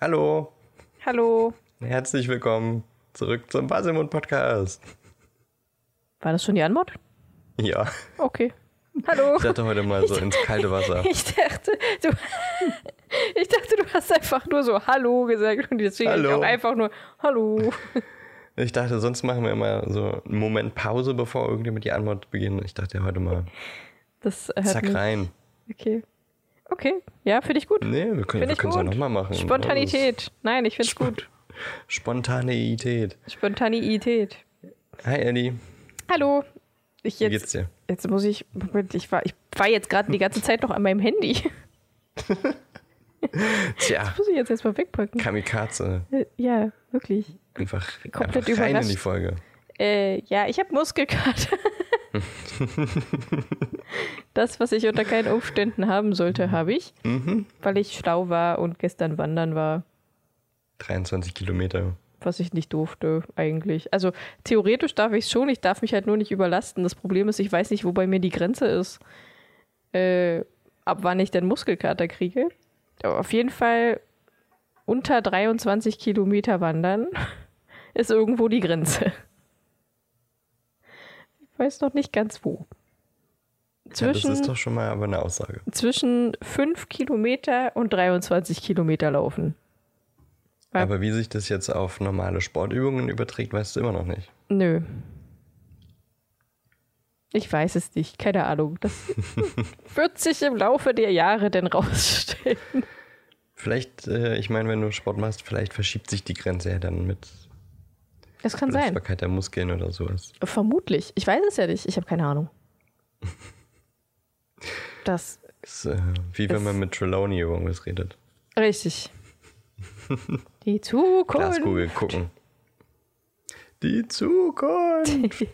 Hallo, Hallo. herzlich willkommen zurück zum Baselmund Podcast. War das schon die Antwort? Ja, Okay. Hallo. ich dachte heute mal so ins kalte Wasser. Ich dachte, du hast einfach nur so Hallo gesagt und deswegen Hallo. ich auch einfach nur Hallo. Ich dachte, sonst machen wir immer so einen Moment Pause, bevor irgendjemand die Antwort beginnt. Ich dachte heute mal, Das hört zack mich- rein. Okay. Okay. Ja, finde ich gut. Nee, wir können Finde ich es auch gut. nochmal machen. Spontanität. Nein, ich finde es gut. Spontaneität. Spontaneität. Hi Ellie, Hallo. wie geht's dir? Jetzt muss ich. Moment, ich war jetzt gerade die ganze Zeit noch an meinem Handy. Tja, Das muss ich jetzt erstmal wegpacken. Kamikaze. Ja, wirklich. Einfach Komplett rein in überrascht. die Folge. Ja, ich habe Muskelkater. Das, was ich unter keinen Umständen haben sollte, habe ich. Weil ich schlau war und gestern wandern war, 23 Kilometer. was ich nicht durfte eigentlich. Also theoretisch darf ich es schon, ich darf mich halt nur nicht überlasten. Das Problem ist, ich weiß nicht, wo bei mir die Grenze ist, ab wann ich denn Muskelkater kriege. Aber auf jeden Fall unter 23 Kilometer wandern ist irgendwo die Grenze. Ich weiß noch nicht ganz wo. Ja, das ist doch schon mal aber eine Aussage. Zwischen 5 Kilometer und 23 Kilometer laufen. Ja. Aber wie sich das jetzt auf normale Sportübungen überträgt, weißt du immer noch nicht. Nö. Ich weiß es nicht, keine Ahnung. Das wird sich im Laufe der Jahre denn rausstellen. Vielleicht, ich meine, wenn du Sport machst, vielleicht verschiebt sich die Grenze ja dann mit Das kann sein. Belastbarkeit der Muskeln oder sowas. Vermutlich. Ich weiß es ja nicht. Ich habe keine Ahnung. Das Das ist wie wenn man mit Trelawney über irgendwas redet. richtig. Die Zukunft. Glaskugel gucken. Die Zukunft!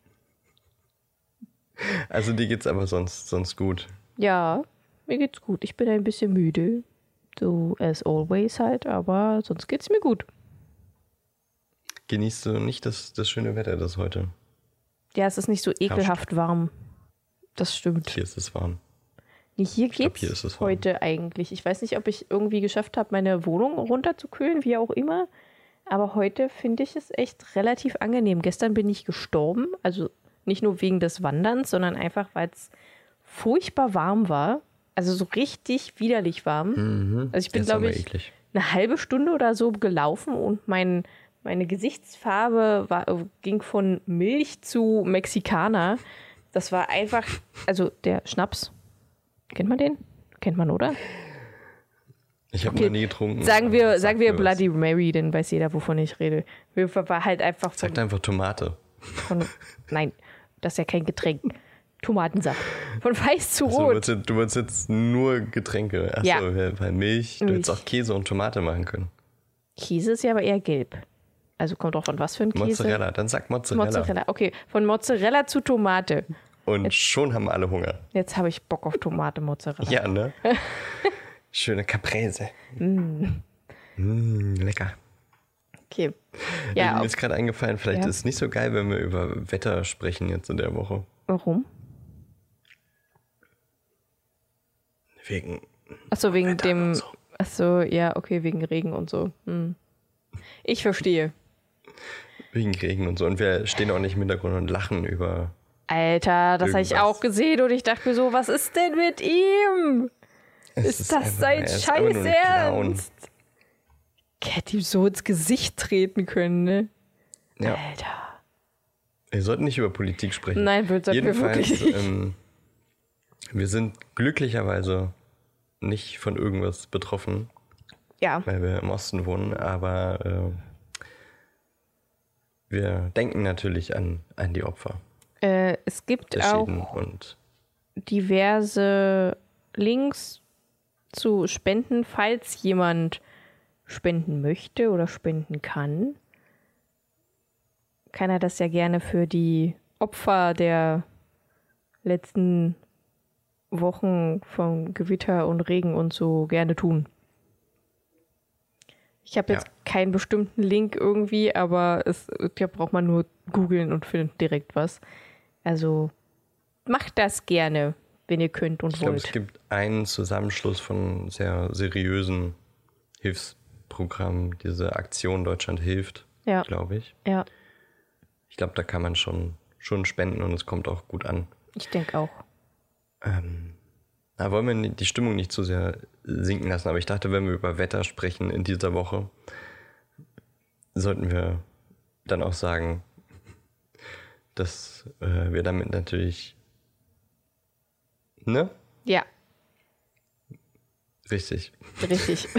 Also dir geht's aber sonst gut. Ja, mir geht's gut. Ich bin ein bisschen müde. So as always halt, aber sonst geht's mir gut. Genießt du nicht das schöne Wetter, das heute? Ja, es ist nicht so ekelhaft warm. Das stimmt. Hier ist es warm. Nee, hier glaub, geht's hier ist es warm. heute eigentlich. Ich weiß nicht, ob ich irgendwie geschafft habe, meine Wohnung runterzukühlen, wie auch immer. Aber heute finde ich es echt relativ angenehm. Gestern bin ich gestorben. Also nicht nur wegen des Wanderns, sondern einfach, weil es furchtbar warm war. Also so richtig widerlich warm. Also ich bin, Jetzt aber glaube ich, eklig. eine halbe Stunde oder so gelaufen und meine Gesichtsfarbe ging von Milch zu Mexikaner. Das war einfach, also der Schnaps, kennt man den? Kennt man, oder? Ich habe Okay. noch nie getrunken. Sagen wir Sag mir was. Bloody Mary, dann weiß jeder, wovon ich rede. War halt einfach Sagt einfach Tomate. nein, das ist ja kein Getränk. Tomatensaft. Von weiß zu Also, rot. du wolltest jetzt nur Getränke. Achso, Ja. weil Milch. Du hättest auch Käse und Tomate machen können. Käse ist ja aber eher gelb. Also kommt auch von was für ein Käse? Mozzarella, dann sag Mozzarella. Mozzarella. Okay, von Mozzarella zu Tomate. Und schon haben alle Hunger. Jetzt habe ich Bock auf Tomate Mozzarella. Ja, ne? Schöne Caprese. Lecker. Okay. Ja, Mir ist gerade eingefallen, vielleicht Ja. ist es nicht so geil, wenn wir über Wetter sprechen jetzt in der Woche. warum? Wegen Achso, wegen Wetter dem. und so. Achso, ja, okay, wegen Regen und so. Ich verstehe. Wegen Regen und so. Und wir stehen auch nicht im Hintergrund und lachen über. Alter, das habe ich Irgendwas. auch gesehen und ich dachte mir so, was ist denn mit ihm? Es Ist das einfach- sein er ist einfach nur Scheiß ein Clown. Ernst? Ich hätte ihm so ins Gesicht treten können, ne? Ja. Alter. Wir sollten nicht über Politik sprechen. Nein, sollten wir Jedenfalls, wirklich nicht. Wir sind glücklicherweise nicht von irgendwas betroffen, Ja, weil wir im Osten wohnen, aber wir denken natürlich an die Opfer es gibt der auch Schäden und diverse Links zu Spenden, falls jemand spenden möchte oder spenden kann. Kann er das ja gerne für die Opfer der letzten Wochen von Gewitter und Regen und so gerne tun. Ich habe jetzt Ja. keinen bestimmten Link irgendwie, aber da braucht man nur googeln und findet direkt was. Also macht das gerne, wenn ihr könnt und ich glaube, wollt. es gibt einen Zusammenschluss von sehr seriösen Programm, diese Aktion Deutschland hilft, Ja. glaube ich. Ja, Ich glaube, da kann man schon spenden und es kommt auch gut an. ich denke auch. Da wollen wir die Stimmung nicht zu sehr sinken lassen, aber ich dachte, wenn wir über Wetter sprechen in dieser Woche, sollten wir dann auch sagen, dass wir damit natürlich, ne? Ja, Richtig. richtig.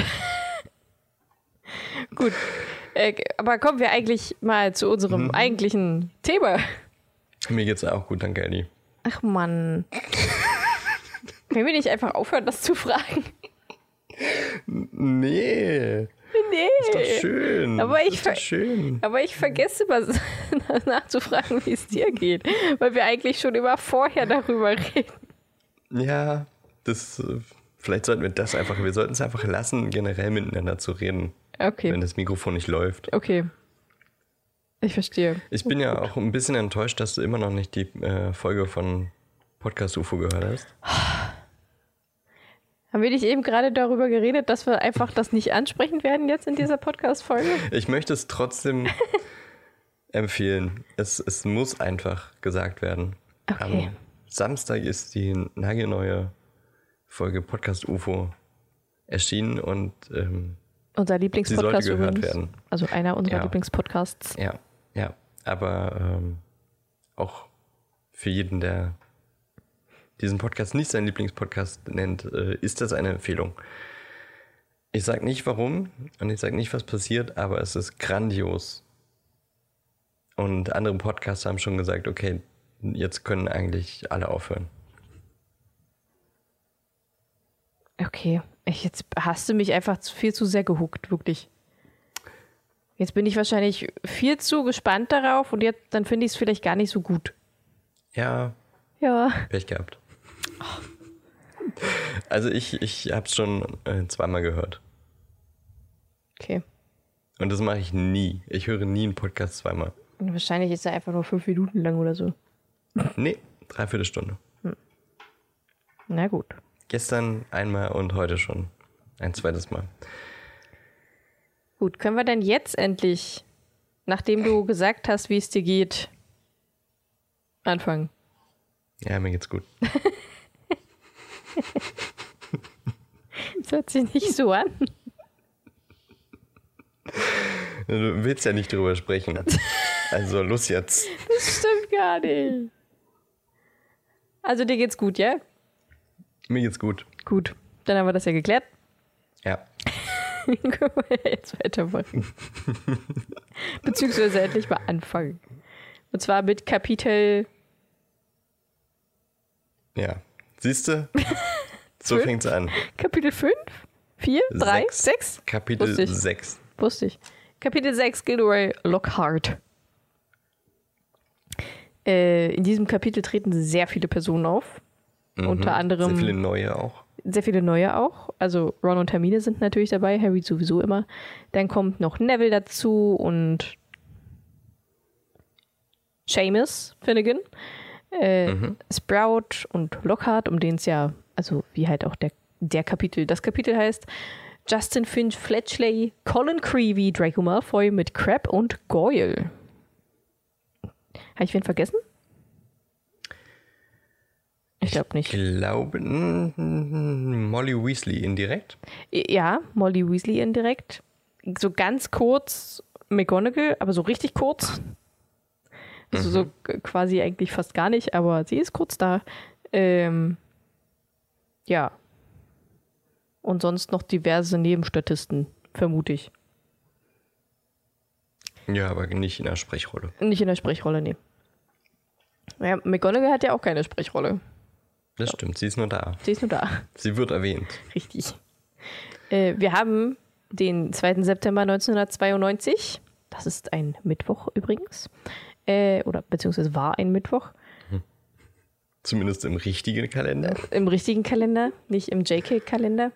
Gut. Aber kommen wir eigentlich mal zu unserem eigentlichen Thema. Mir geht's auch gut, danke, Ellie. Ach Mann. Können wir nicht einfach aufhören, das zu fragen? Nee, Nee. ist doch schön. Aber ist doch schön. Aber ich vergesse immer nachzufragen, wie es dir geht. Weil wir eigentlich schon immer vorher darüber reden. Ja, vielleicht sollten wir wir sollten es einfach lassen, generell miteinander zu reden, Okay. wenn das Mikrofon nicht läuft. Okay. Ich verstehe. Ich bin ja auch ein bisschen enttäuscht, dass du immer noch nicht die Folge von Podcast UFO gehört hast. Haben wir nicht eben gerade darüber geredet, dass wir einfach das nicht ansprechen werden jetzt in dieser Podcast-Folge? Ich möchte es trotzdem empfehlen. Es muss einfach gesagt werden. Okay. Am Samstag ist die nagelneue Folge Podcast UFO erschienen und Unser sie Lieblingspodcast sollte gehört übrigens. werden. Also einer unserer Ja. Lieblingspodcasts. Ja. Aber auch für jeden, der diesen Podcast nicht seinen Lieblingspodcast nennt, ist das eine Empfehlung. Ich sage nicht warum und ich sage nicht, was passiert, aber es ist grandios. Und andere Podcasts haben schon gesagt, okay, jetzt können eigentlich alle aufhören. Okay. Jetzt hast du mich einfach viel zu sehr gehuckt, wirklich. Jetzt bin ich wahrscheinlich viel zu gespannt darauf und jetzt dann finde ich es vielleicht gar nicht so gut. Ja, Ja. Pech gehabt. Also ich habe es schon zweimal gehört. Okay. Und das mache ich nie. Ich höre nie einen Podcast zweimal. Und wahrscheinlich ist er einfach nur 5 Minuten lang oder so. Nee, 3/4 Stunde. Na gut. Gestern einmal und heute schon ein zweites Mal. Gut, können wir denn jetzt endlich, nachdem du gesagt hast, wie es dir geht, anfangen? Ja, mir geht's gut. Das hört sich nicht so an. Du willst ja nicht drüber sprechen. Also los jetzt. Das stimmt gar nicht. Also dir geht's gut, ja? Mir geht's gut. Gut, dann haben wir das ja geklärt. Ja. Können wir jetzt weitermachen. Beziehungsweise endlich mal anfangen. Und zwar mit Kapitel... Ja. Siehst du? So 5? fängt's an. Kapitel 5? 4? 3? 6? Kapitel Wusste ich. 6. Wusste ich. Kapitel 6, Gilderoy Lockhart. In diesem Kapitel treten sehr viele Personen auf. Unter anderem... Sehr viele neue auch. Sehr viele neue auch. Also Ron und Hermine sind natürlich dabei, Harry sowieso immer. Dann kommt noch Neville dazu und Seamus Finnegan. Sprout und Lockhart, um den es ja, also wie halt auch das Kapitel heißt. Justin Finch Fletchley, Colin Creevey, Draco Malfoy mit Crabbe und Goyle. Habe ich wen vergessen? Ich glaube nicht. Ich glaube, Molly Weasley indirekt. Ja, Molly Weasley indirekt. So ganz kurz McGonagall, aber so richtig kurz. Also so quasi eigentlich fast gar nicht, aber sie ist kurz da. Ja. Und sonst noch diverse Nebenstatisten, vermute ich. Ja, aber nicht in der Sprechrolle. Nicht in der Sprechrolle, nee. Ja, McGonagall hat ja auch keine Sprechrolle. Das stimmt, sie ist nur da. Sie ist nur da. Sie wird erwähnt. Richtig. Wir haben den 2. September 1992. Das ist ein Mittwoch übrigens. Oder beziehungsweise war ein Mittwoch. Zumindest im richtigen Kalender. Im richtigen Kalender, nicht im JK-Kalender.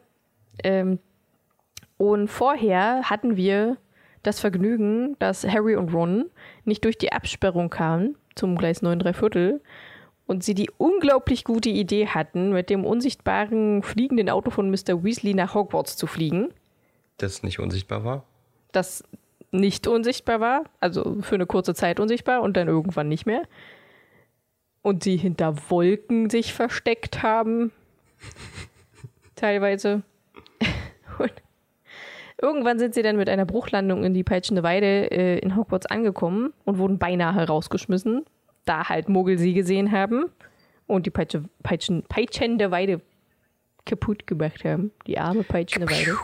Und vorher hatten wir das Vergnügen, dass Harry und Ron nicht durch die Absperrung kamen zum Gleis 9 3/4 und sie die unglaublich gute Idee hatten, mit dem unsichtbaren fliegenden Auto von Mr. Weasley nach Hogwarts zu fliegen. Das nicht unsichtbar war? Das nicht unsichtbar war, also für eine kurze Zeit unsichtbar und dann irgendwann nicht mehr. Und sie hinter Wolken sich versteckt haben. Teilweise. Und irgendwann sind sie dann mit einer Bruchlandung in die peitschende Weide in Hogwarts angekommen und wurden beinahe rausgeschmissen, da halt Muggel sie gesehen haben und die peitschende Weide kaputt gemacht haben. Die arme peitschende Weide.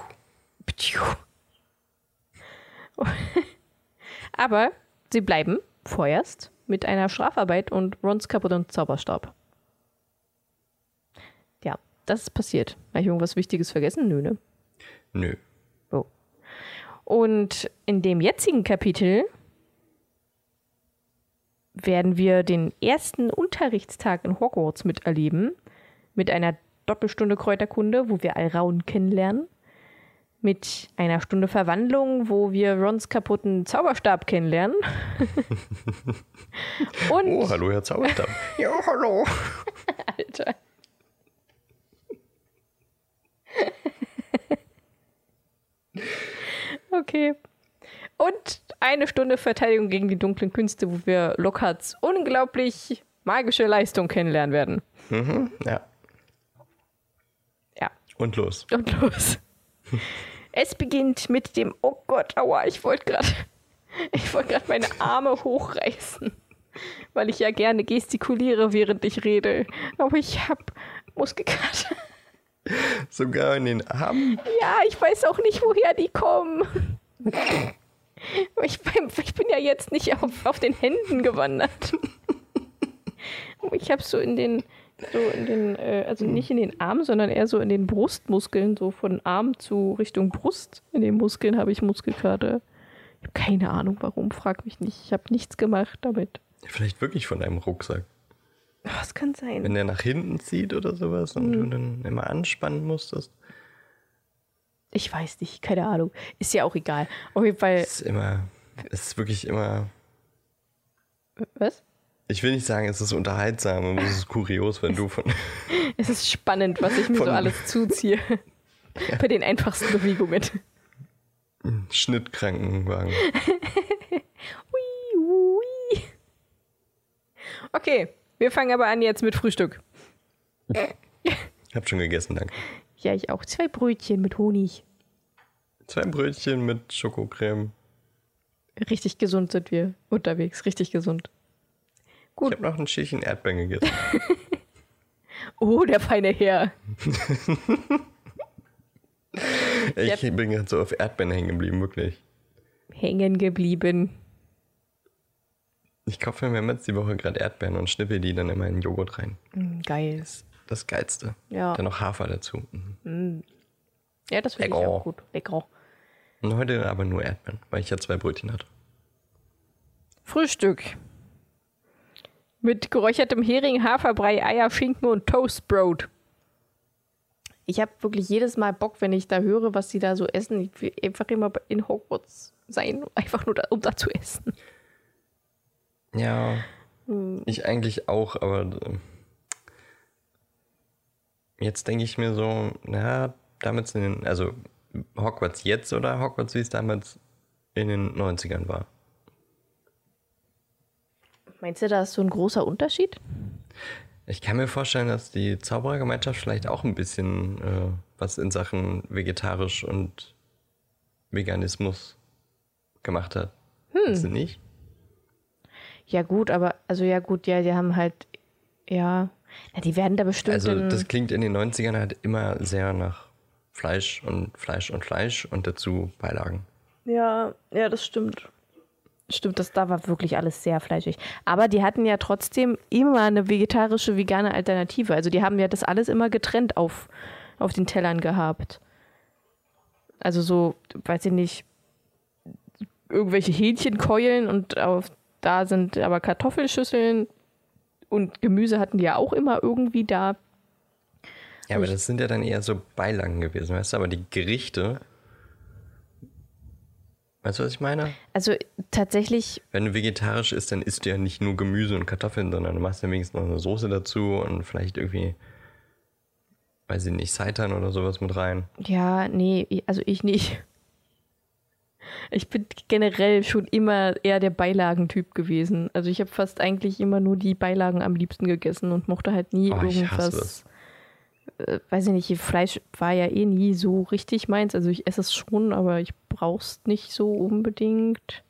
Aber sie bleiben vorerst mit einer Strafarbeit und Rons kaputten Zauberstab. Ja, das ist passiert. Habe ich irgendwas Wichtiges vergessen? Nö, ne? Nö. Oh. Und in dem jetzigen Kapitel werden wir den ersten Unterrichtstag in Hogwarts miterleben. Mit einer Doppelstunde Kräuterkunde, wo wir Alraun kennenlernen. Mit einer Stunde Verwandlung, wo wir Rons kaputten Zauberstab kennenlernen. Und Oh, hallo, Herr Zauberstab. Ja, hallo. Alter. Okay. Und eine Stunde Verteidigung gegen die dunklen Künste, wo wir Lockharts unglaublich magische Leistung kennenlernen werden. Mhm, ja. Ja. Und los. Und los. Es beginnt mit dem, oh Gott, aua, ich wollte gerade meine Arme hochreißen, weil ich ja gerne gestikuliere, während ich rede. Aber ich habe Muskelkater. Sogar in den Armen? Ja, ich weiß auch nicht, woher die kommen. Ich bin ja jetzt nicht auf den Händen gewandert. Ich habe also nicht in den Armen, sondern eher so in den Brustmuskeln, so von Arm zu Richtung Brust. In den Muskeln habe ich Muskelkater. Ich habe keine Ahnung, warum, frag mich nicht. Ich habe nichts gemacht damit. Vielleicht wirklich von deinem Rucksack. Oh, das kann sein. Wenn der nach hinten zieht oder sowas und du dann immer anspannen musstest. Ich weiß nicht, keine Ahnung. Ist ja auch egal. Auf jeden Fall. Es ist wirklich immer. Was? Ich will nicht sagen, es ist unterhaltsam und es ist kurios, wenn du von. Es ist spannend, was ich mir so alles zuziehe. Ja. Bei den einfachsten Bewegungen. Schnittkrankenwagen. Ui, ui. Okay, wir fangen aber an jetzt mit Frühstück. Ich hab schon gegessen, danke. Ja, ich auch. 2 Brötchen mit Honig. 2 Brötchen mit Schokocreme. Richtig gesund sind wir unterwegs. Richtig gesund. Gut. Ich habe noch ein Schälchen Erdbeeren gegessen. Oh, der feine Herr. Ich bin gerade so auf Erdbeeren hängen geblieben, wirklich. Hängen geblieben. Ich kaufe mir mehrmals die Woche gerade Erdbeeren und schnippel die dann immer in Joghurt rein. Geil. Das Geilste. Ja. Dann noch Hafer dazu. Ja, das finde ich auch gut. Lecker. Und heute aber nur Erdbeeren, weil ich ja 2 Brötchen hatte. Frühstück. Mit geräuchertem Hering, Haferbrei, Eier, Schinken und Toastbrot. Ich habe wirklich jedes Mal Bock, wenn ich da höre, was sie da so essen. Ich will einfach immer in Hogwarts sein, einfach nur um da zu essen. Ja, ich eigentlich auch, aber jetzt denke ich mir so, na, damals also Hogwarts jetzt oder Hogwarts, wie es damals in den 90ern war? Meinst du, da ist so ein großer Unterschied? Ich kann mir vorstellen, dass die Zauberergemeinschaft vielleicht auch ein bisschen was in Sachen vegetarisch und Veganismus gemacht hat. Ist sie nicht? Ja gut, aber, also ja gut, ja, die haben halt, ja, na, die werden da bestimmt... Also das klingt in den 90ern halt immer sehr nach Fleisch und Fleisch und Fleisch und dazu Beilagen. Ja, das stimmt. Stimmt, da war wirklich alles sehr fleischig. Aber die hatten ja trotzdem immer eine vegetarische, vegane Alternative. Also die haben ja das alles immer getrennt auf den Tellern gehabt. Also so, weiß ich nicht, irgendwelche Hähnchenkeulen und da sind aber Kartoffelschüsseln und Gemüse hatten die ja auch immer irgendwie da. Ja, aber das sind ja dann eher so Beilagen gewesen, weißt du? Aber die Gerichte... Weißt du, was ich meine? Also tatsächlich... Wenn du vegetarisch isst, dann isst du ja nicht nur Gemüse und Kartoffeln, sondern du machst ja wenigstens noch eine Soße dazu und vielleicht irgendwie, weiß ich nicht, Seitan oder sowas mit rein. Ja, nee, also ich nicht. Ich bin generell schon immer eher der Beilagentyp gewesen. Also ich habe fast eigentlich immer nur die Beilagen am liebsten gegessen und mochte halt nie Ich hasse irgendwas. Weiß ich nicht, Fleisch war ja eh nie so richtig meins. Also ich esse es schon, aber ich brauch's nicht so unbedingt.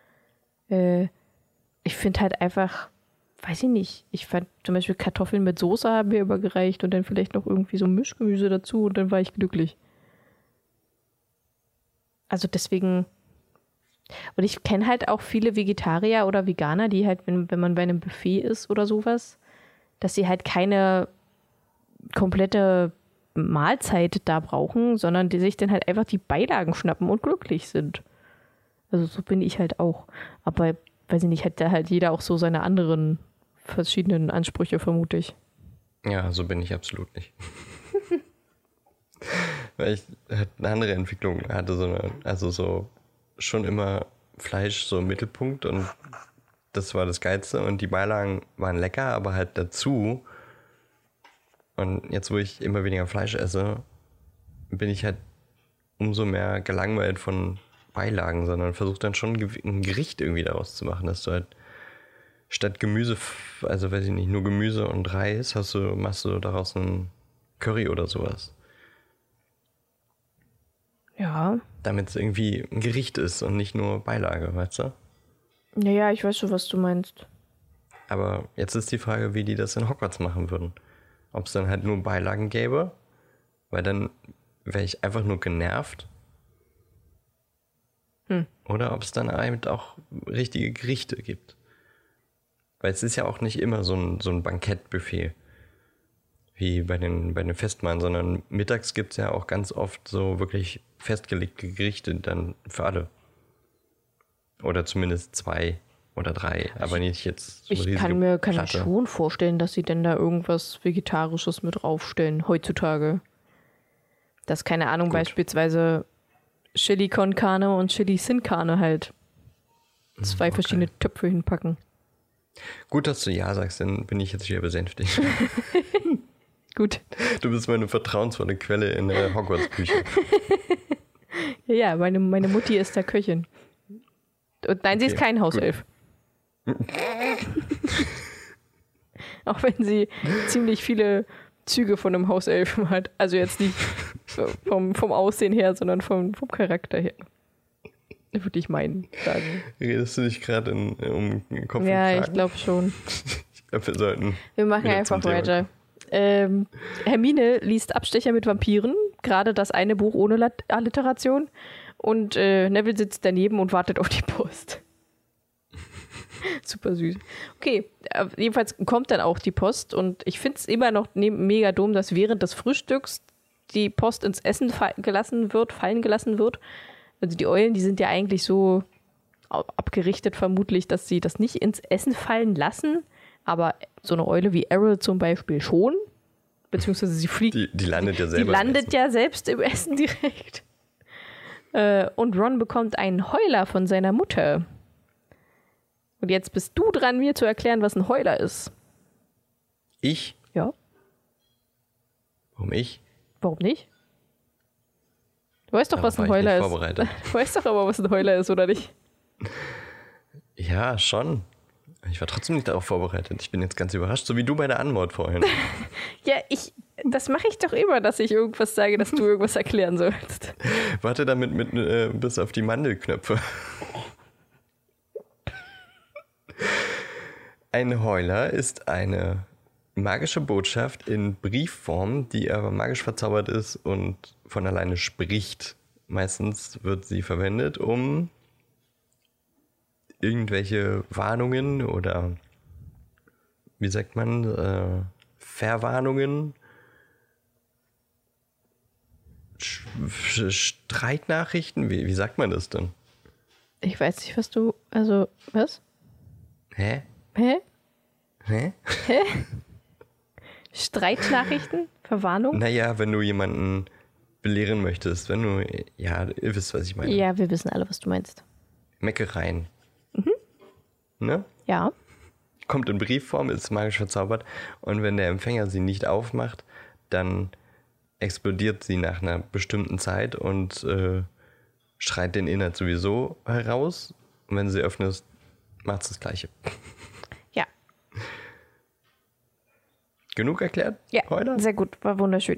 Ich finde halt einfach, weiß ich nicht, ich fand zum Beispiel Kartoffeln mit Soße haben mir übergereicht und dann vielleicht noch irgendwie so Mischgemüse dazu und dann war ich glücklich. Also deswegen, und ich kenne halt auch viele Vegetarier oder Veganer, die halt, wenn man bei einem Buffet ist oder sowas, dass sie halt keine komplette Mahlzeit da brauchen, sondern die sich dann halt einfach die Beilagen schnappen und glücklich sind. Also so bin ich halt auch. Aber, weiß ich nicht, hat da halt jeder auch so seine anderen verschiedenen Ansprüche, vermute ich. Ja, so bin ich absolut nicht. Weil ich halt eine andere Entwicklung hatte, also so schon immer Fleisch so im Mittelpunkt und das war das Geilste und die Beilagen waren lecker, aber halt dazu. Und jetzt, wo ich immer weniger Fleisch esse, bin ich halt umso mehr gelangweilt von Beilagen, sondern versuche dann schon ein Gericht irgendwie daraus zu machen, dass du halt statt Gemüse, also weiß ich nicht, nur Gemüse und Reis, machst du daraus ein Curry oder sowas. Ja. Damit es irgendwie ein Gericht ist und nicht nur Beilage, weißt du? Naja, ich weiß schon, was du meinst. Aber jetzt ist die Frage, wie die das in Hogwarts machen würden. Ob es dann halt nur Beilagen gäbe, weil dann wäre ich einfach nur genervt. Oder ob es dann eben auch richtige Gerichte gibt. Weil es ist ja auch nicht immer so ein Bankettbuffet wie bei den Festmahlen, sondern mittags gibt es ja auch ganz oft so wirklich festgelegte Gerichte dann für alle. Oder zumindest 2 oder 3, aber nicht jetzt so eine Ich kann riesige mir Platte. schon vorstellen, dass sie denn da irgendwas Vegetarisches mit draufstellen, heutzutage. Dass, keine Ahnung, Gut. beispielsweise Chili con Carne und Chili sin Carne halt 2 verschiedene Töpfe hinpacken. Gut, dass du ja sagst, dann bin ich jetzt wieder besänftigt. Gut. Du bist meine vertrauensvolle Quelle in der Hogwarts-Küche. Ja, meine Mutti ist da Köchin. Und nein, sie ist Okay, kein Hauself. Auch wenn sie ziemlich viele Züge von einem Hauselfen hat. Also jetzt nicht vom Aussehen her, sondern vom Charakter her. Würde ich meinen, sagen. Redest du dich gerade um den Kopf Ja, und Kragen? ich glaube schon. Ich glaube, wir sollten... Wir machen wieder einfach zum Thema weiter. Hermine liest Abstecher mit Vampiren, gerade das eine Buch ohne Alliteration. Und Neville sitzt daneben und wartet auf die Post. Super süß. Okay, jedenfalls kommt dann auch die Post und ich finde es immer noch mega dumm, dass während des Frühstücks die Post ins Essen fallen gelassen wird. Also die Eulen, die sind ja eigentlich so abgerichtet vermutlich, dass sie das nicht ins Essen fallen lassen, aber so eine Eule wie Errol zum Beispiel schon, beziehungsweise sie fliegt. Die landet ja selber. Die landet ja selbst im Essen direkt. Und Ron bekommt einen Heuler von seiner Mutter. Und jetzt bist du dran, mir zu erklären, was ein Heuler ist. Ich? Ja. Warum ich? Warum nicht? Du weißt doch, Darauf was ein war ich nicht Heuler ist. vorbereitet. Du weißt doch aber, was ein Heuler ist, oder nicht? Ja, schon. Ich war trotzdem nicht darauf vorbereitet. Ich bin jetzt ganz überrascht, so wie du bei der Anmod vorhin. Ja, das mache ich doch immer, dass ich irgendwas sage, dass du irgendwas erklären sollst. Warte damit bis auf die Mandelknöpfe. Ein Heuler ist eine magische Botschaft in Briefform, die aber magisch verzaubert ist und von alleine spricht. Meistens wird sie verwendet, um irgendwelche Warnungen oder, wie sagt man, Verwarnungen, Streitnachrichten, wie sagt man das denn? Ich weiß nicht, was? Hä? Hä? Hä? Streitnachrichten? Verwarnung? Naja, wenn du jemanden belehren möchtest, ja, ihr wisst, was ich meine. Ja, wir wissen alle, was du meinst. Meckereien. Ne? Ja. Kommt in Briefform, ist magisch verzaubert und wenn der Empfänger sie nicht aufmacht, dann explodiert sie nach einer bestimmten Zeit und schreit den Inhalt sowieso heraus. Und wenn du sie öffnest, macht es das Gleiche. Ja. Genug erklärt? Ja, heute? Sehr gut, war wunderschön.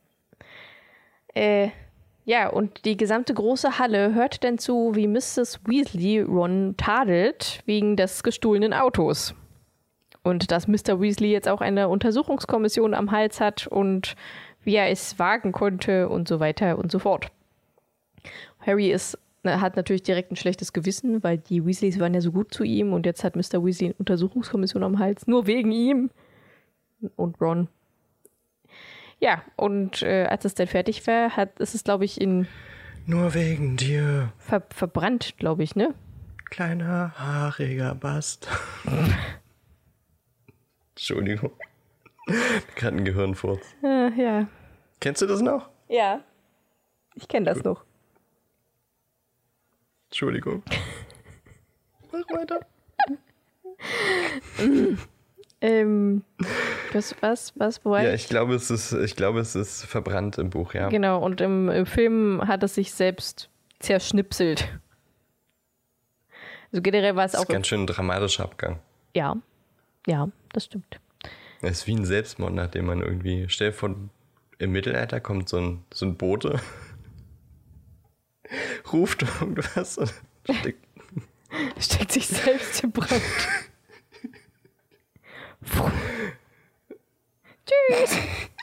Ja, und die gesamte große Halle hört dann zu, wie Mrs. Weasley Ron tadelt wegen des gestohlenen Autos. Und dass Mr. Weasley jetzt auch eine Untersuchungskommission am Hals hat und wie er es wagen konnte und so weiter und so fort. Harry hat natürlich direkt ein schlechtes Gewissen, weil die Weasleys waren ja so gut zu ihm und jetzt hat Mr. Weasley eine Untersuchungskommission am Hals, nur wegen ihm. Und Ron. Ja, und als es dann fertig war, ist es, glaube ich, nur wegen dir. Verbrannt, glaube ich, ne? Kleiner, haariger Bast. Entschuldigung. Gerade ein Gehirnfurz. Ja. Kennst du das noch? Ja. Ich kenne das noch. Entschuldigung. Mach weiter. Wo ja, ich glaube, es ist verbrannt im Buch, ja. Genau, und im Film hat es sich selbst zerschnipselt. Also generell war es auch... Das ist ganz schön ein dramatischer Abgang. Ja, das stimmt. Es ist wie ein Selbstmord, nachdem man irgendwie... Stell dir vor, im Mittelalter kommt so ein Bote, ruft irgendwas und steckt sich selbst in Brand. Tschüss.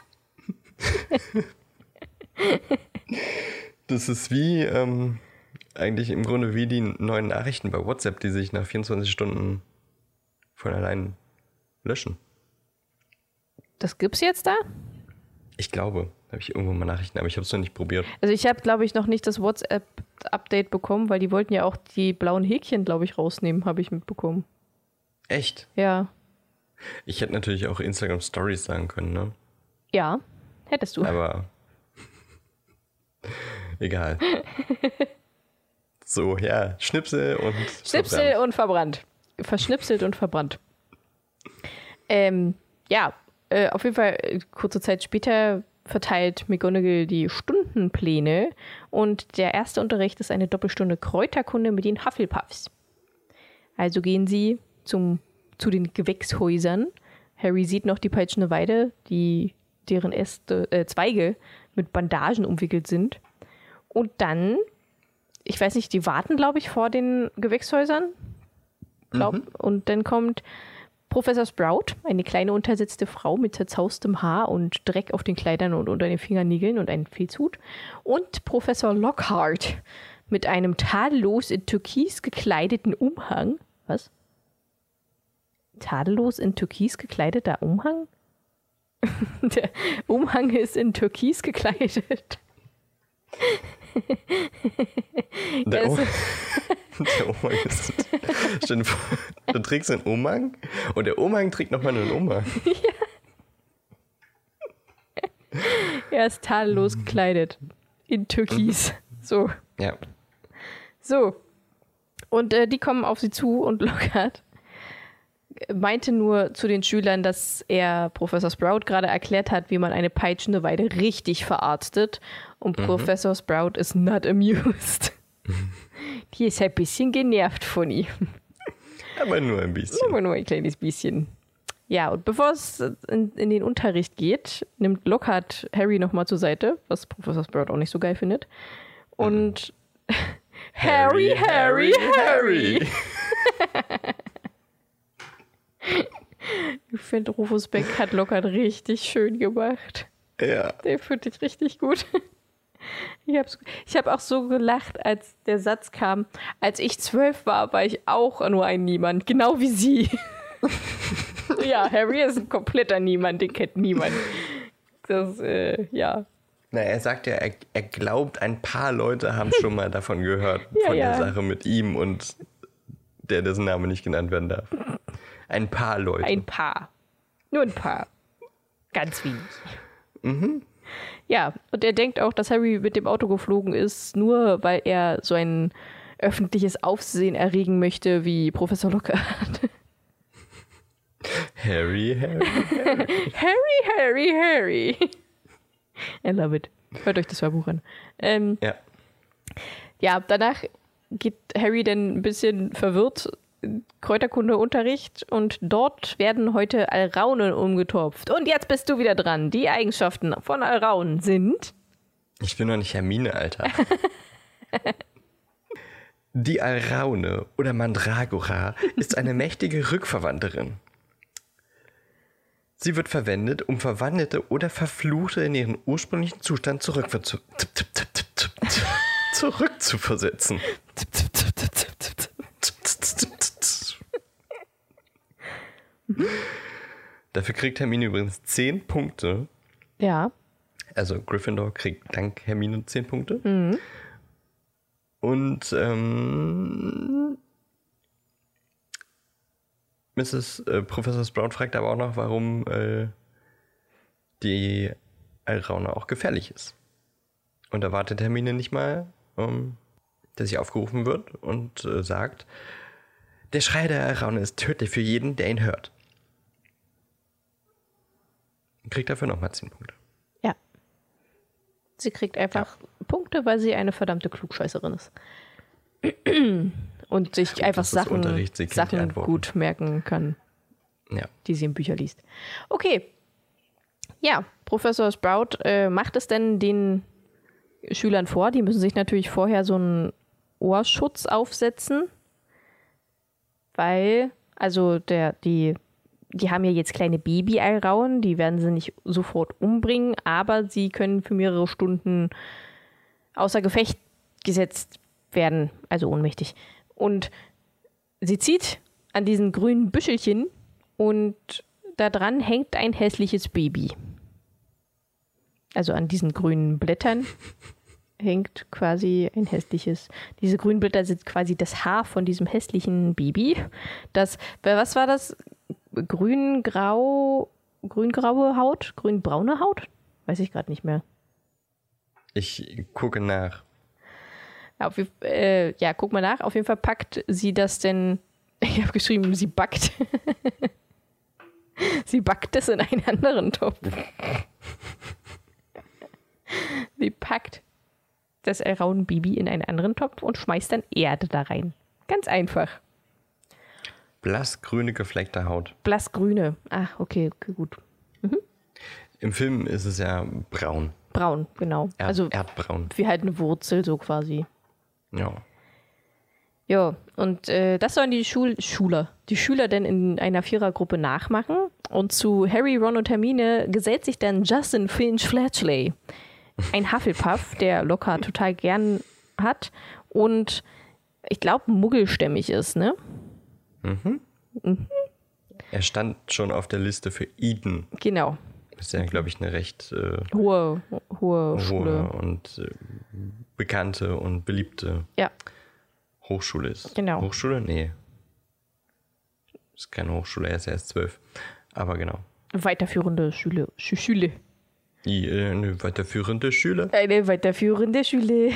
Das ist wie, eigentlich im Grunde wie die neuen Nachrichten bei WhatsApp, die sich nach 24 Stunden von allein löschen. Das gibt's jetzt da? Ich glaube, da habe ich irgendwo mal Nachrichten, aber ich habe es noch nicht probiert. Also ich habe, glaube ich, noch nicht das WhatsApp-Update bekommen, weil die wollten ja auch die blauen Häkchen, glaube ich, rausnehmen, habe ich mitbekommen. Echt? Ja. Ich hätte natürlich auch Instagram Stories sagen können, ne? Ja, hättest du. Aber egal. So, ja, Schnipsel und verbrannt. Verschnipselt und verbrannt. Ja, auf jeden Fall, kurze Zeit später verteilt McGonagall die Stundenpläne und der erste Unterricht ist eine Doppelstunde Kräuterkunde mit den Hufflepuffs. Also gehen sie zu den Gewächshäusern. Harry sieht noch die peitschende Weide, deren Zweige mit Bandagen umwickelt sind. Und dann, ich weiß nicht, die warten, glaube ich, vor den Gewächshäusern. Und dann kommt Professor Sprout, eine kleine untersetzte Frau mit zerzaustem Haar und Dreck auf den Kleidern und unter den Fingernägeln und einem Filzhut. Und Professor Lockhart mit einem tadellos in Türkis gekleideten Umhang. Was? Tadellos in Türkis gekleideter Umhang? Der Umhang ist in Türkis gekleidet. Der Umhang ist... Stell dir vor, du trägst einen Umhang und der Umhang trägt nochmal einen Umhang. Ja. Er ist tadellos gekleidet. In Türkis. So. Ja. So. Und die kommen auf sie zu und Lockhart meinte nur zu den Schülern, dass er Professor Sprout gerade erklärt hat, wie man eine peitschende Weide richtig verarztet. Und Professor Sprout is not amused. Die ist ein bisschen genervt von ihm. Aber nur ein bisschen. Aber nur ein kleines bisschen. Ja, und bevor es in den Unterricht geht, nimmt Lockhart Harry nochmal zur Seite, was Professor Sprout auch nicht so geil findet. Und Harry. Ich finde, Rufus Beck hat Lockhart richtig schön gemacht. Ja. Den finde ich richtig gut. Ich hab auch so gelacht, als der Satz kam, als ich 12 war ich auch nur ein Niemand, genau wie sie. Ja, Harry ist ein kompletter Niemand, den kennt niemand. Das, ja. Na, er sagt ja, er glaubt, ein paar Leute haben schon mal davon gehört, von der Sache mit ihm und dessen Name nicht genannt werden darf. Ein paar Leute. Ein paar. Nur ein paar. Ganz wenig. Ja, und er denkt auch, dass Harry mit dem Auto geflogen ist, nur weil er so ein öffentliches Aufsehen erregen möchte wie Professor Lockhart. Harry. I love it. Hört euch das Hörbuch an. Ja. Ja, danach geht Harry dann ein bisschen verwirrt in Kräuterkundeunterricht und dort werden heute Alraunen umgetopft. Und jetzt bist du wieder dran. Die Eigenschaften von Alraunen sind... Ich bin noch nicht Hermine, Alter. Die Alraune oder Mandragora ist eine mächtige Rückverwandterin. Sie wird verwendet, um Verwandelte oder Verfluchte in ihren ursprünglichen Zustand zurückzuversetzen. Dafür kriegt Hermine übrigens 10 Punkte. Ja. Also Gryffindor kriegt dank Hermine 10 Punkte. Mhm. Und Professor Sprout fragt aber auch noch, warum die Alraune auch gefährlich ist. Und erwartet Hermine nicht mal, dass sie aufgerufen wird und sagt, der Schrei der Alraune ist tödlich für jeden, der ihn hört. Kriegt dafür nochmal 10 Punkte. Ja. Sie kriegt einfach Punkte, weil sie eine verdammte Klugscheißerin ist. Und sich einfach Sachen gut merken kann, die sie in Büchern liest. Okay. Ja, Professor Sprout macht es denn den Schülern vor. Die müssen sich natürlich vorher so einen Ohrschutz aufsetzen, weil, also die haben ja jetzt kleine Baby-Alraunen, die werden sie nicht sofort umbringen, aber sie können für mehrere Stunden außer Gefecht gesetzt werden, also ohnmächtig. Und sie zieht an diesen grünen Büschelchen und da dran hängt ein hässliches Baby. Also an diesen grünen Blättern hängt quasi ein hässliches. Diese grünen Blätter sind quasi das Haar von diesem hässlichen Baby. Was war das? Grün-graue Haut? Grün-braune Haut? Weiß ich gerade nicht mehr. Ich gucke nach. Ja, guck mal nach. Auf jeden Fall packt sie das denn. Ich habe geschrieben, sie backt. Sie backt es in einen anderen Topf. Sie packt das Alraunenbaby in einen anderen Topf und schmeißt dann Erde da rein. Ganz einfach. Blassgrüne gefleckte Haut. Blassgrüne. Ach, okay, gut. Mhm. Im Film ist es ja braun. Braun, genau. Erdbraun. Wie halt eine Wurzel so quasi. Ja. Ja, und das sollen die Schüler denn in einer Vierergruppe nachmachen. Und zu Harry, Ron und Hermine gesellt sich dann Justin Finch Fletchley. Ein Hufflepuff, der Lockhart total gern hat und ich glaube muggelstämmig ist, ne? Mhm. Er stand schon auf der Liste für Eton. Genau. Das ist ja, glaube ich, eine recht hohe Schule. Und bekannte und beliebte Hochschule ist. Genau. Hochschule? Nee. Ist keine Hochschule, er ist erst 12. Aber genau. Weiterführende Schule. Eine weiterführende Schule. Eine weiterführende Schule.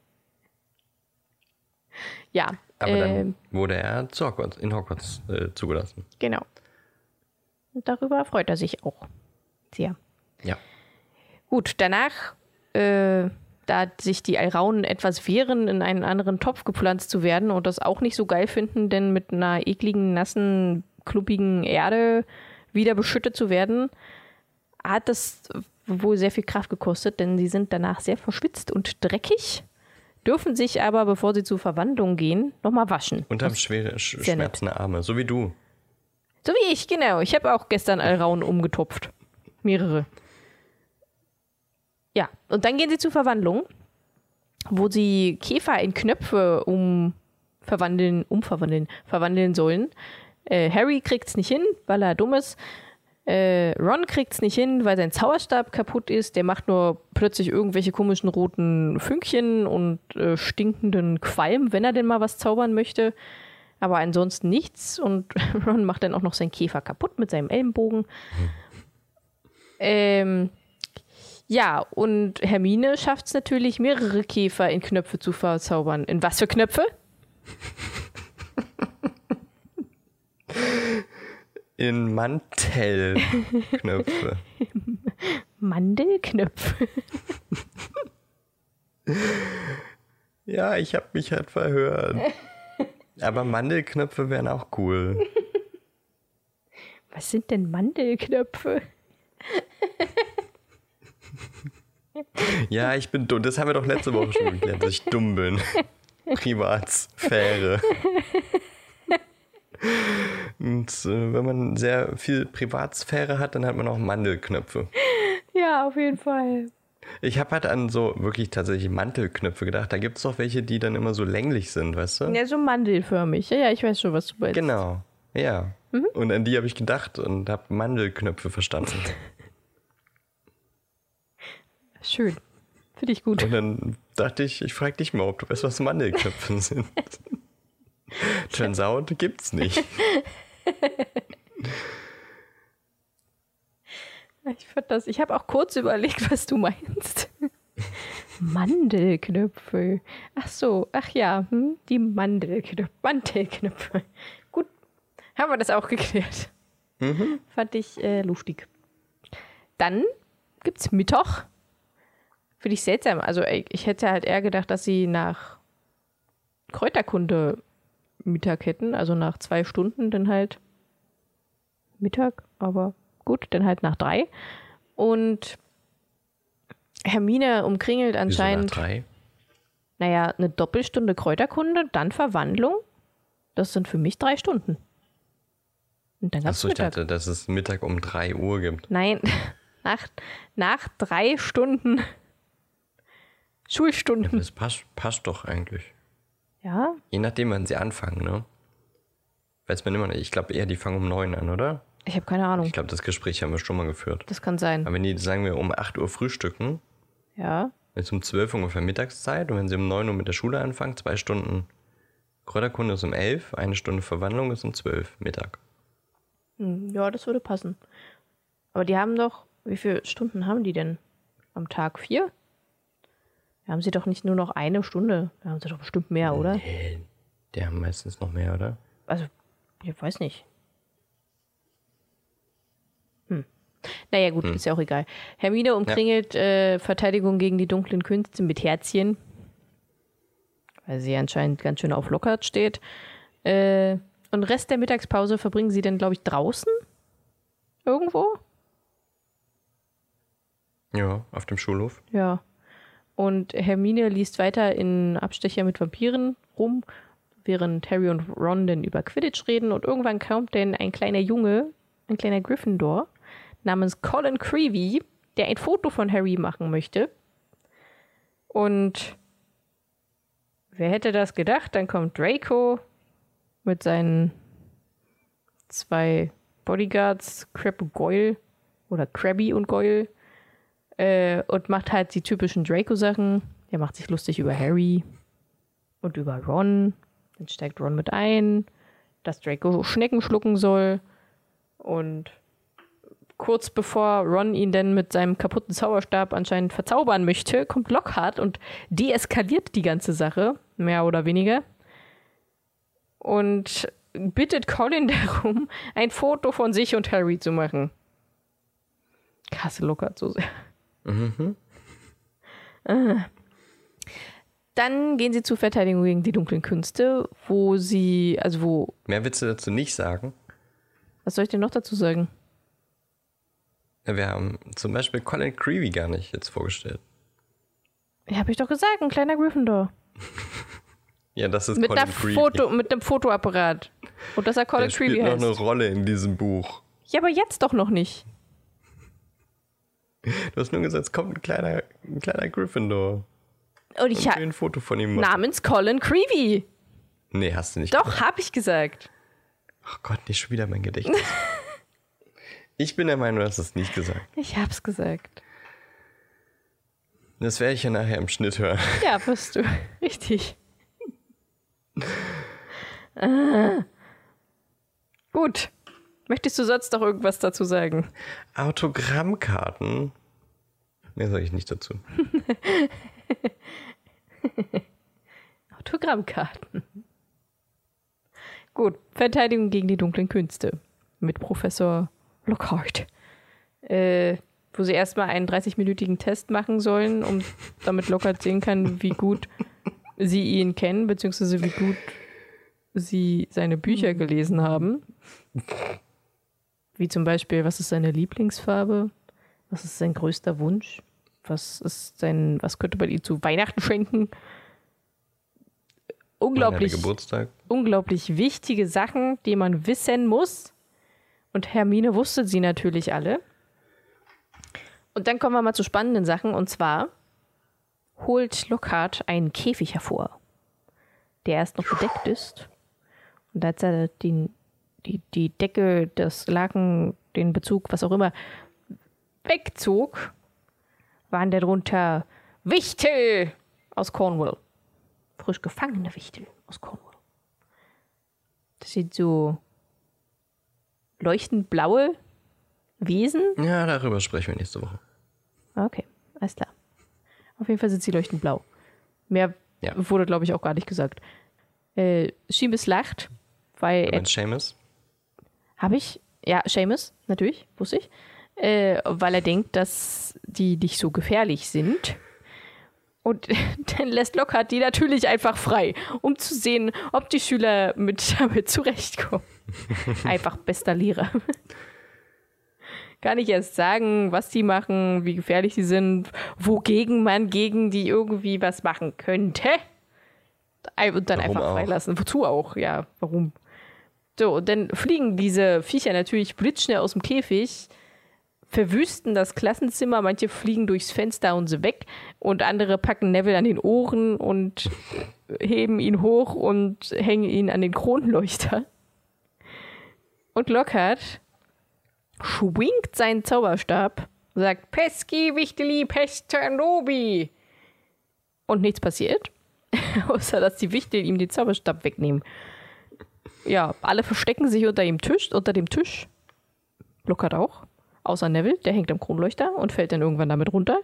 Ja. Aber dann wurde er in Hogwarts zugelassen. Genau. Und darüber freut er sich auch sehr. Ja. Gut, danach, da sich die Alraunen etwas wehren, in einen anderen Topf gepflanzt zu werden und das auch nicht so geil finden, denn mit einer ekligen, nassen, kluppigen Erde wieder beschüttet zu werden, hat das wohl sehr viel Kraft gekostet, denn sie sind danach sehr verschwitzt und dreckig, dürfen sich aber, bevor sie zur Verwandlung gehen, nochmal waschen. Und haben schmerzende Arme, so wie du. So wie ich, genau. Ich habe auch gestern Alraunen umgetopft. Mehrere. Ja, und dann gehen sie zur Verwandlung, wo sie Käfer in Knöpfe verwandeln sollen. Harry kriegt's nicht hin, weil er dumm ist. Ron kriegt's nicht hin, weil sein Zauberstab kaputt ist. Der macht nur plötzlich irgendwelche komischen roten Fünkchen und stinkenden Qualm, wenn er denn mal was zaubern möchte. Aber ansonsten nichts. Und Ron macht dann auch noch seinen Käfer kaputt mit seinem Ellenbogen. Ja, und Hermine schafft es natürlich, mehrere Käfer in Knöpfe zu verzaubern. In was für Knöpfe? In Mantelknöpfe. Mandelknöpfe. Ja, ich habe mich halt verhört. Aber Mandelknöpfe wären auch cool. Was sind denn Mandelknöpfe? Ja, ich bin dumm. Das haben wir doch letzte Woche schon geklärt, dass ich dumm bin. Privatsphäre. Und wenn man sehr viel Privatsphäre hat, dann hat man auch Mandelknöpfe. Ja, auf jeden Fall. Ich habe halt an so wirklich tatsächlich Mantelknöpfe gedacht. Da gibt es doch welche, die dann immer so länglich sind, weißt du? Ja, so mandelförmig. Ja, ich weiß schon, was du meinst. Genau, ja. Und an die habe ich gedacht und habe Mandelknöpfe verstanden. Schön. Finde ich gut. Und dann dachte ich frage dich mal, ob du weißt, was Mandelknöpfe sind. Turns out, gibt's nicht. Ich habe auch kurz überlegt, was du meinst. Mandelknöpfe. Ach so, ach ja, die Mandelknöpfe. Gut, haben wir das auch geklärt. Fand ich lustig. Dann gibt's Mittag. Finde ich seltsam. Also ich hätte halt eher gedacht, dass sie nach Kräuterkunde Mittag hätten, also nach 2 Stunden dann halt Mittag, aber gut, dann halt nach 3. Und Hermine umkringelt anscheinend. Wieso nach 3? Naja, eine Doppelstunde Kräuterkunde, dann Verwandlung. Das sind für mich 3 Stunden. Und dann gab's Achso, ich Mittag. dachte, dass es Mittag um 3 Uhr gibt. Nein, nach 3 Stunden Schulstunden. Das passt doch eigentlich. Ja, Je nachdem, wann sie anfangen, ne? Weiß man immer nicht. Ich glaube eher, die fangen um 9 an, oder? ich habe keine Ahnung. Ich glaube, das Gespräch haben wir schon mal geführt. Das kann sein. Aber wenn die, sagen wir, um 8 Uhr frühstücken, Ja. ist um 12 Uhr ungefähr Mittagszeit. Und wenn sie um 9 Uhr mit der Schule anfangen, 2 Stunden Kräuterkunde ist um 11, 1 Stunde Verwandlung ist um 12 Mittag. Ja, das würde passen. Aber die haben doch, wie viele Stunden haben die denn am Tag? 4? Da haben sie doch nicht nur noch 1 Stunde. Da haben sie doch bestimmt mehr, oder? Nee, die haben meistens noch mehr, oder? Also, ich weiß nicht. Naja, gut, ist ja auch egal. Hermine umkringelt Verteidigung gegen die dunklen Künste mit Herzchen. Weil sie anscheinend ganz schön auf Lockhart steht. Und Rest der Mittagspause verbringen sie dann, glaube ich, draußen? Irgendwo? Ja, auf dem Schulhof. Ja. Und Hermine liest weiter in Abstecher mit Vampiren rum, während Harry und Ron dann über Quidditch reden. Und irgendwann kommt dann ein kleiner Junge, ein kleiner Gryffindor, namens Colin Creevey, der ein Foto von Harry machen möchte. Und wer hätte das gedacht? Dann kommt Draco mit seinen 2 Bodyguards, Crabbe und Goyle, oder Crabby und Goyle, und macht halt die typischen Draco-Sachen. Er macht sich lustig über Harry und über Ron. Dann steigt Ron mit ein, dass Draco Schnecken schlucken soll. Und kurz bevor Ron ihn dann mit seinem kaputten Zauberstab anscheinend verzaubern möchte, kommt Lockhart und deeskaliert die ganze Sache, mehr oder weniger. Und bittet Colin darum, ein Foto von sich und Harry zu machen. Ich hasse Lockhart so sehr. Dann gehen sie zur Verteidigung gegen die dunklen Künste, wo sie, Mehr willst du dazu nicht sagen? Was soll ich denn noch dazu sagen? Wir haben zum Beispiel Colin Creevey gar nicht jetzt vorgestellt. Ja, habe ich doch gesagt, ein kleiner Gryffindor. Ja, das ist Mit Colin Creevey. Mit einem Fotoapparat. Und dass er Colin Der Creevey spielt noch heißt. eine Rolle in diesem Buch. Ja, aber jetzt doch noch nicht. Du hast nur gesagt, es kommt ein kleiner Gryffindor. Und ich Ich will habe ein Foto von ihm machen. namens Colin Creevey. Nee, hast du nicht. Doch, habe ich gesagt. Ach Gott, nicht schon wieder mein Gedächtnis. Ich bin der Meinung, du hast es nicht gesagt. Ich hab's gesagt. Das werde ich ja nachher im Schnitt hören. Ja, wirst du. Richtig. Gut. Möchtest du sonst noch irgendwas dazu sagen? Autogrammkarten. Mehr sage ich nicht dazu. Autogrammkarten. Gut. Verteidigung gegen die dunklen Künste. Mit Professor Lockhart. Wo sie erstmal einen 30-minütigen Test machen sollen, damit Lockhart sehen kann, wie gut sie ihn kennen, beziehungsweise wie gut sie seine Bücher gelesen haben. Wie zum Beispiel, was ist seine Lieblingsfarbe? Was ist sein größter Wunsch? Was könnte man ihm zu Weihnachten schenken? Unglaublich wichtige Sachen, die man wissen muss. Und Hermine wusste sie natürlich alle. Und dann kommen wir mal zu spannenden Sachen. Und zwar holt Lockhart einen Käfig hervor, der erst noch bedeckt ist. Und als er die Decke, das Laken, den Bezug, was auch immer, wegzog, waren darunter Wichtel aus Cornwall. Frisch gefangene Wichtel aus Cornwall. Das sind so leuchtend blaue Wesen. Ja, darüber sprechen wir nächste Woche. Okay, alles klar. Auf jeden Fall sind sie leuchtend blau. Mehr wurde, glaube ich, auch gar nicht gesagt. Seamus lacht, weil Seamus? Habe ich? Ja, Seamus, natürlich, wusste ich. Weil er denkt, dass die nicht so gefährlich sind. Und dann lässt Lockhart die natürlich einfach frei, um zu sehen, ob die Schüler damit zurechtkommen. Einfach bester Lehrer. Kann ich erst sagen, was die machen, wie gefährlich sie sind, wogegen man gegen die irgendwie was machen könnte. Und dann einfach freilassen. Wozu auch? Ja, warum? So, und dann fliegen diese Viecher natürlich blitzschnell aus dem Käfig, verwüsten das Klassenzimmer, manche fliegen durchs Fenster und sie weg und andere packen Neville an den Ohren und heben ihn hoch und hängen ihn an den Kronleuchter. Und Lockhart schwingt seinen Zauberstab, sagt Pesky, Wichteli, Pester, Nobi. Und nichts passiert, außer dass die Wichtel ihm den Zauberstab wegnehmen. Ja, alle verstecken sich unter dem Tisch. Lockhart auch. Außer Neville, der hängt am Kronleuchter und fällt dann irgendwann damit runter.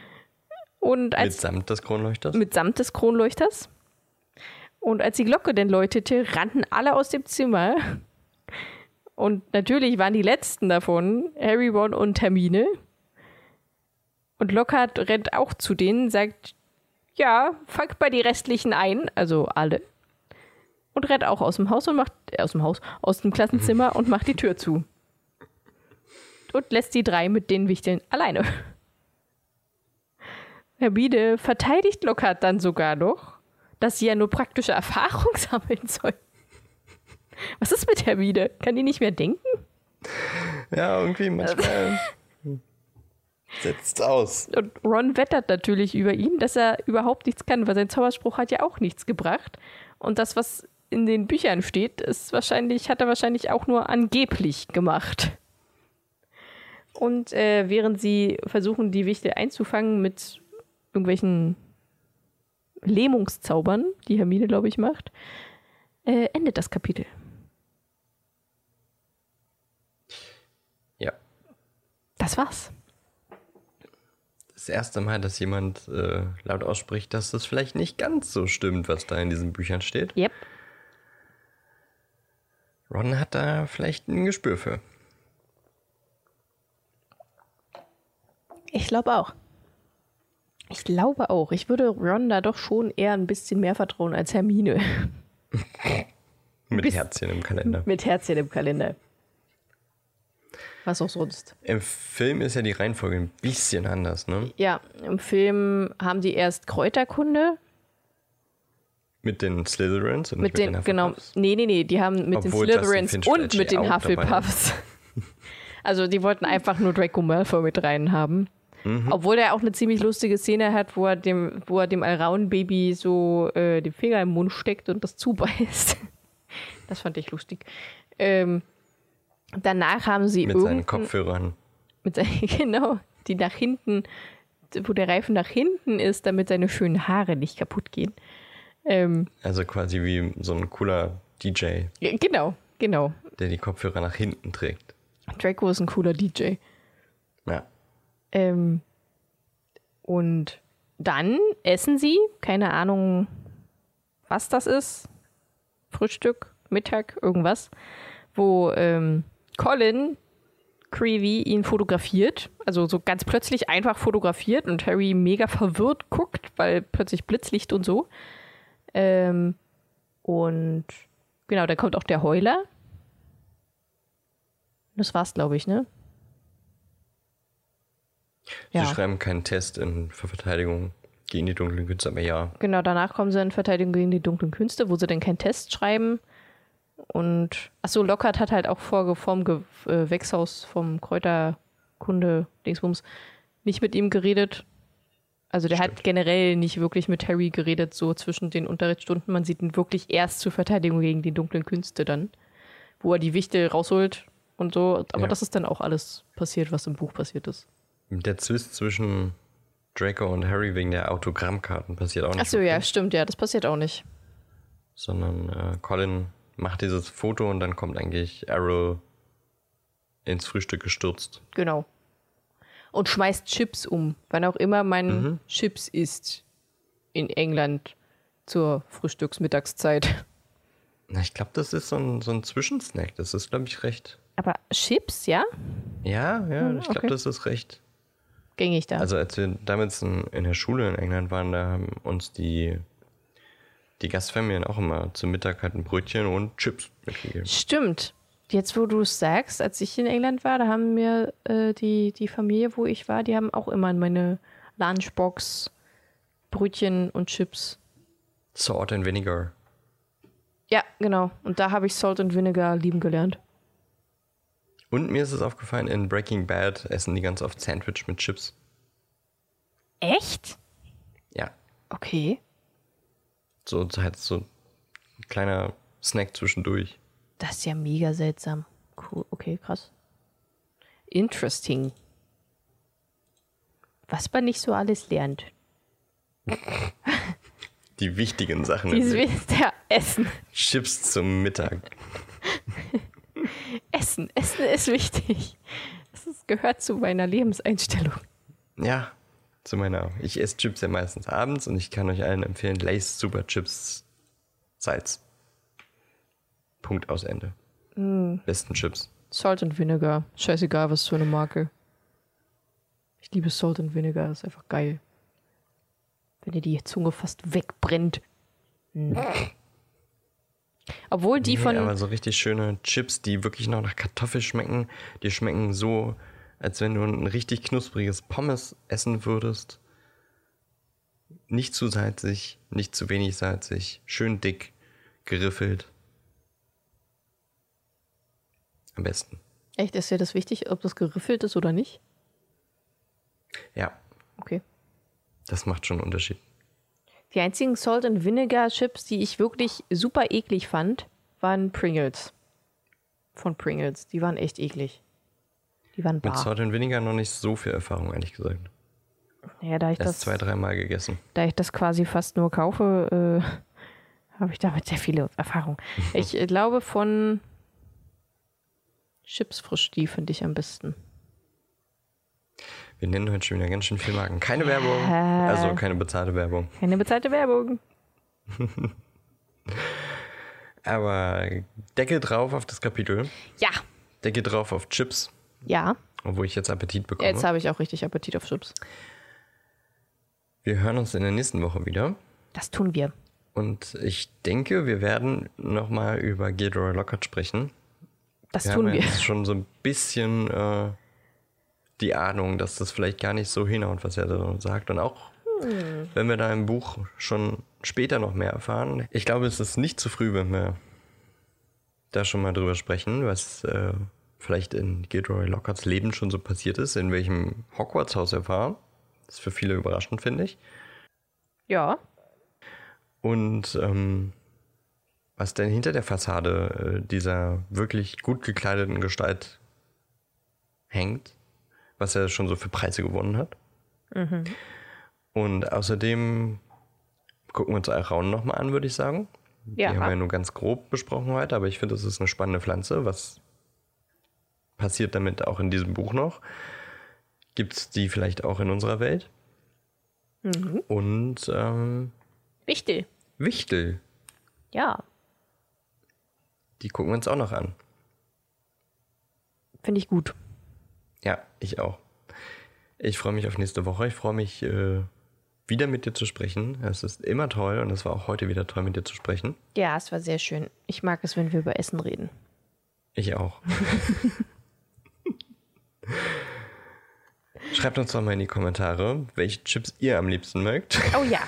Und mitsamt des Kronleuchters? Mitsamt des Kronleuchters. Und als die Glocke dann läutete, rannten alle aus dem Zimmer. Und natürlich waren die letzten davon Harry, Ron und Hermine. Und Lockhart rennt auch zu denen, sagt, ja, fangt bei die restlichen ein, also alle. Und rennt auch aus dem Haus und aus dem Klassenzimmer und macht die Tür zu. Und lässt die drei mit den Wichteln alleine. Hermine verteidigt Lockhart dann sogar noch, dass sie ja nur praktische Erfahrung sammeln soll. Was ist mit Hermine? Kann die nicht mehr denken? Ja, irgendwie manchmal setzt aus. Und Ron wettert natürlich über ihn, dass er überhaupt nichts kann, weil sein Zauberspruch hat ja auch nichts gebracht. Und das, was in den Büchern steht, hat er wahrscheinlich auch nur angeblich gemacht. Und während sie versuchen, die Wichtel einzufangen mit irgendwelchen Lähmungszaubern, die Hermine, glaube ich, macht, endet das Kapitel. Ja. Das war's. Das erste Mal, dass jemand laut ausspricht, dass das vielleicht nicht ganz so stimmt, was da in diesen Büchern steht. Yep. Ron hat da vielleicht ein Gespür für. Ich glaube auch. Ich würde Ron da doch schon eher ein bisschen mehr vertrauen als Hermine. Mit Herzchen im Kalender. Mit Herzchen im Kalender. Was auch sonst. Im Film ist ja die Reihenfolge ein bisschen anders, ne? Ja, im Film haben die erst Kräuterkunde. Mit den Slytherins und mit den Hufflepuffs? Genau. Nee, die haben mit Obwohl den Slytherins und mit den Hufflepuffs. Also die wollten einfach nur Draco Malfoy mit rein haben. Mhm. Obwohl er auch eine ziemlich lustige Szene hat, wo er dem Alraun-Baby so den Finger im Mund steckt und das zubeißt. Das fand ich lustig. Danach haben sie mit seinen Kopfhörern. Genau, die nach hinten, wo der Reifen nach hinten ist, damit seine schönen Haare nicht kaputt gehen. Also quasi wie so ein cooler DJ. Genau. Der die Kopfhörer nach hinten trägt. Draco ist ein cooler DJ. Ja. Und dann essen sie, keine Ahnung, was das ist. Frühstück, Mittag, irgendwas. Wo Colin Creevy ihn fotografiert. Also so ganz plötzlich einfach fotografiert und Harry mega verwirrt guckt, weil plötzlich Blitzlicht und so. Und genau, dann kommt auch der Heuler. Das war's, glaube ich, ne? Sie schreiben keinen Test für Verteidigung gegen die dunklen Künste, aber ja. Genau, danach kommen sie in Verteidigung gegen die dunklen Künste, wo sie dann keinen Test schreiben. Und, achso, Lockhart hat halt auch vom Gewächshaus, vom Kräuterkunde-Dingsbums nicht mit ihm geredet. Also der hat generell nicht wirklich mit Harry geredet, so zwischen den Unterrichtsstunden. Man sieht ihn wirklich erst zur Verteidigung gegen die dunklen Künste dann, wo er die Wichte rausholt und so. Aber das ist dann auch alles passiert, was im Buch passiert ist. Der Zwist zwischen Draco und Harry wegen der Autogrammkarten passiert auch nicht. Achso, ja, stimmt, ja, das passiert auch nicht. Sondern Colin macht dieses Foto und dann kommt eigentlich Errol ins Frühstück gestürzt. Genau. Und schmeißt Chips um, wann auch immer man Chips isst in England zur Frühstücksmittagszeit. Na, ich glaube, das ist so ein Zwischensnack. Das ist, glaube ich, recht. Aber Chips, ja? Ja, ich glaube, das ist recht gängig da. Also als wir damals in der Schule in England waren, da haben uns die Gastfamilien auch immer zum Mittag halt ein Brötchen und Chips mitgegeben. Stimmt. Jetzt, wo du es sagst, als ich in England war, da haben mir die Familie, wo ich war, die haben auch immer in meine Lunchbox Brötchen und Chips. Salt and Vinegar. Ja, genau. Und da habe ich Salt and Vinegar lieben gelernt. Und mir ist es aufgefallen, in Breaking Bad essen die ganz oft Sandwich mit Chips. Echt? Ja. Okay. So halt so ein kleiner Snack zwischendurch. Das ist ja mega seltsam. Cool, okay, krass. Interesting. Was man nicht so alles lernt. Die wichtigen Sachen. Ja, Essen. Chips zum Mittag. Essen ist wichtig. Das gehört zu meiner Lebenseinstellung. Ja, zu meiner. Ich esse Chips ja meistens abends und ich kann euch allen empfehlen, Lay's Super Chips Salz. Punkt aus Ende. Besten Chips. Salt and Vinegar. Scheißegal, was für eine Marke. Ich liebe Salt and Vinegar, das ist einfach geil. Wenn dir die Zunge fast wegbrennt. Obwohl die von... aber so richtig schöne Chips, die wirklich noch nach Kartoffel schmecken, die schmecken so, als wenn du ein richtig knuspriges Pommes essen würdest. Nicht zu salzig, nicht zu wenig salzig, schön dick, geriffelt. Am besten. Echt, ist dir das wichtig, ob das geriffelt ist oder nicht? Ja. Okay. Das macht schon einen Unterschied. Die einzigen Salt and Vinegar Chips, die ich wirklich super eklig fand, waren Pringles. Von Pringles. Die waren echt eklig. Die waren bar. Mit Salt and Vinegar noch nicht so viel Erfahrung, ehrlich gesagt. Ja, da ich Erst 2-3 Mal gegessen. Da ich das quasi fast nur kaufe, habe ich damit sehr viele Erfahrung. Ich glaube von Chips frisch, die finde ich am besten. Wir nennen heute schon wieder ganz schön viel Marken. Keine Werbung, also keine bezahlte Werbung. Keine bezahlte Werbung. Aber Deckel drauf auf das Kapitel. Ja. Deckel drauf auf Chips. Ja. Obwohl ich jetzt Appetit bekomme. Jetzt habe ich auch richtig Appetit auf Chips. Wir hören uns in der nächsten Woche wieder. Das tun wir. Und ich denke, wir werden nochmal über Gilderoy Lockhart sprechen. Das tun wir. Wir haben jetzt schon so ein bisschen die Ahnung, dass das vielleicht gar nicht so hinhaut, was er da sagt. Und auch, wenn wir da im Buch schon später noch mehr erfahren. Ich glaube, es ist nicht zu früh, wenn wir da schon mal drüber sprechen, was vielleicht in Gilderoy Lockharts Leben schon so passiert ist, in welchem Hogwarts-Haus er war. Das ist für viele überraschend, finde ich. Ja. Und was denn hinter der Fassade dieser wirklich gut gekleideten Gestalt hängt, was er schon so für Preise gewonnen hat. Mhm. Und außerdem gucken wir uns Alraun nochmal an, würde ich sagen. Ja. Die haben wir nur ganz grob besprochen heute, aber ich finde, das ist eine spannende Pflanze. Was passiert damit auch in diesem Buch noch? Gibt es die vielleicht auch in unserer Welt? Mhm. Und Wichtel. Wichtel. Ja. Die gucken wir uns auch noch an. Finde ich gut. Ja, ich auch. Ich freue mich auf nächste Woche. Ich freue mich wieder mit dir zu sprechen. Es ist immer toll und es war auch heute wieder toll, mit dir zu sprechen. Ja, es war sehr schön. Ich mag es, wenn wir über Essen reden. Ich auch. Schreibt uns doch mal in die Kommentare, welche Chips ihr am liebsten mögt. Oh ja.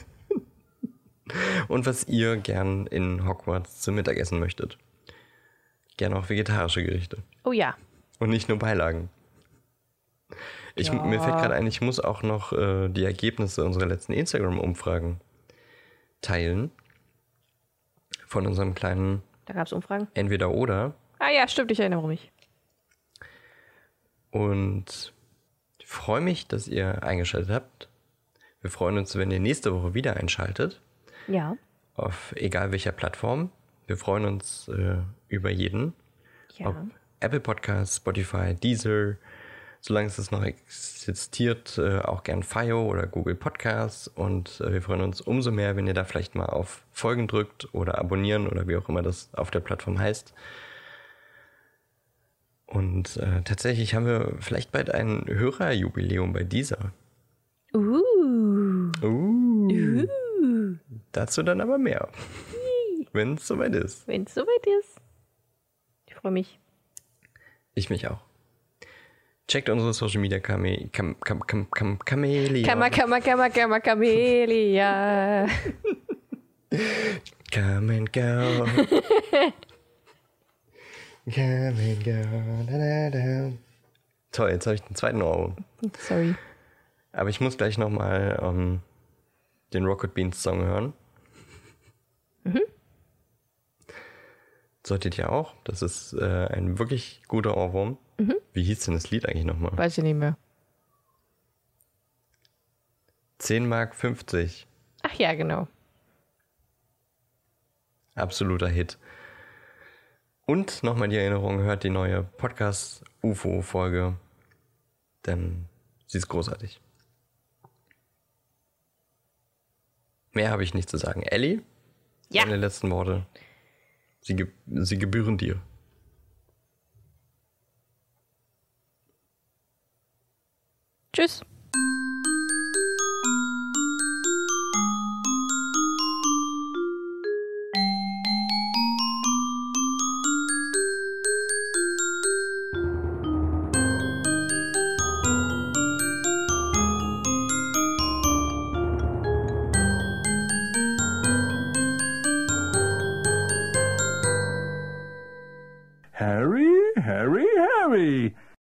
Und was ihr gern in Hogwarts zum Mittagessen möchtet. Gerne auch vegetarische Gerichte. Oh ja. Und nicht nur Beilagen. Mir fällt gerade ein, ich muss auch noch die Ergebnisse unserer letzten Instagram-Umfragen teilen. Von unserem kleinen Da gab es Umfragen. Entweder-Oder. Ah ja, stimmt, ich erinnere mich. Und ich freue mich, dass ihr eingeschaltet habt. Wir freuen uns, wenn ihr nächste Woche wieder einschaltet. Ja. Auf egal welcher Plattform. Wir freuen uns über jeden. Ja. Ob Apple Podcasts, Spotify, Deezer, solange es noch existiert, auch gern FIO oder Google Podcasts. Und wir freuen uns umso mehr, wenn ihr da vielleicht mal auf Folgen drückt oder abonnieren oder wie auch immer das auf der Plattform heißt. Und tatsächlich haben wir vielleicht bald ein Hörerjubiläum bei Deezer. Dazu dann aber mehr. Wenn es soweit ist. Wenn es soweit ist. Ich freue mich. Ich mich auch. Checkt unsere Social Media Chamäleon. Chamäleon. Come and go. Come and go. Da, da, da. Toll, jetzt habe ich den zweiten Ohrwurm. Sorry. Aber ich muss gleich nochmal den Rocket Beans Song hören. Solltet ihr auch. Das ist ein wirklich guter Ohrwurm. Wie hieß denn das Lied eigentlich nochmal? Weiß ich nicht mehr. 10,50 Mark. Ach ja, genau. Absoluter Hit. Und nochmal die Erinnerung, hört die neue Podcast-UFO-Folge, denn sie ist großartig. Mehr habe ich nicht zu sagen. Ellie? Ja. Deine letzten Worte. Sie gebühren dir. Tschüss. Harry, Harry, Harry!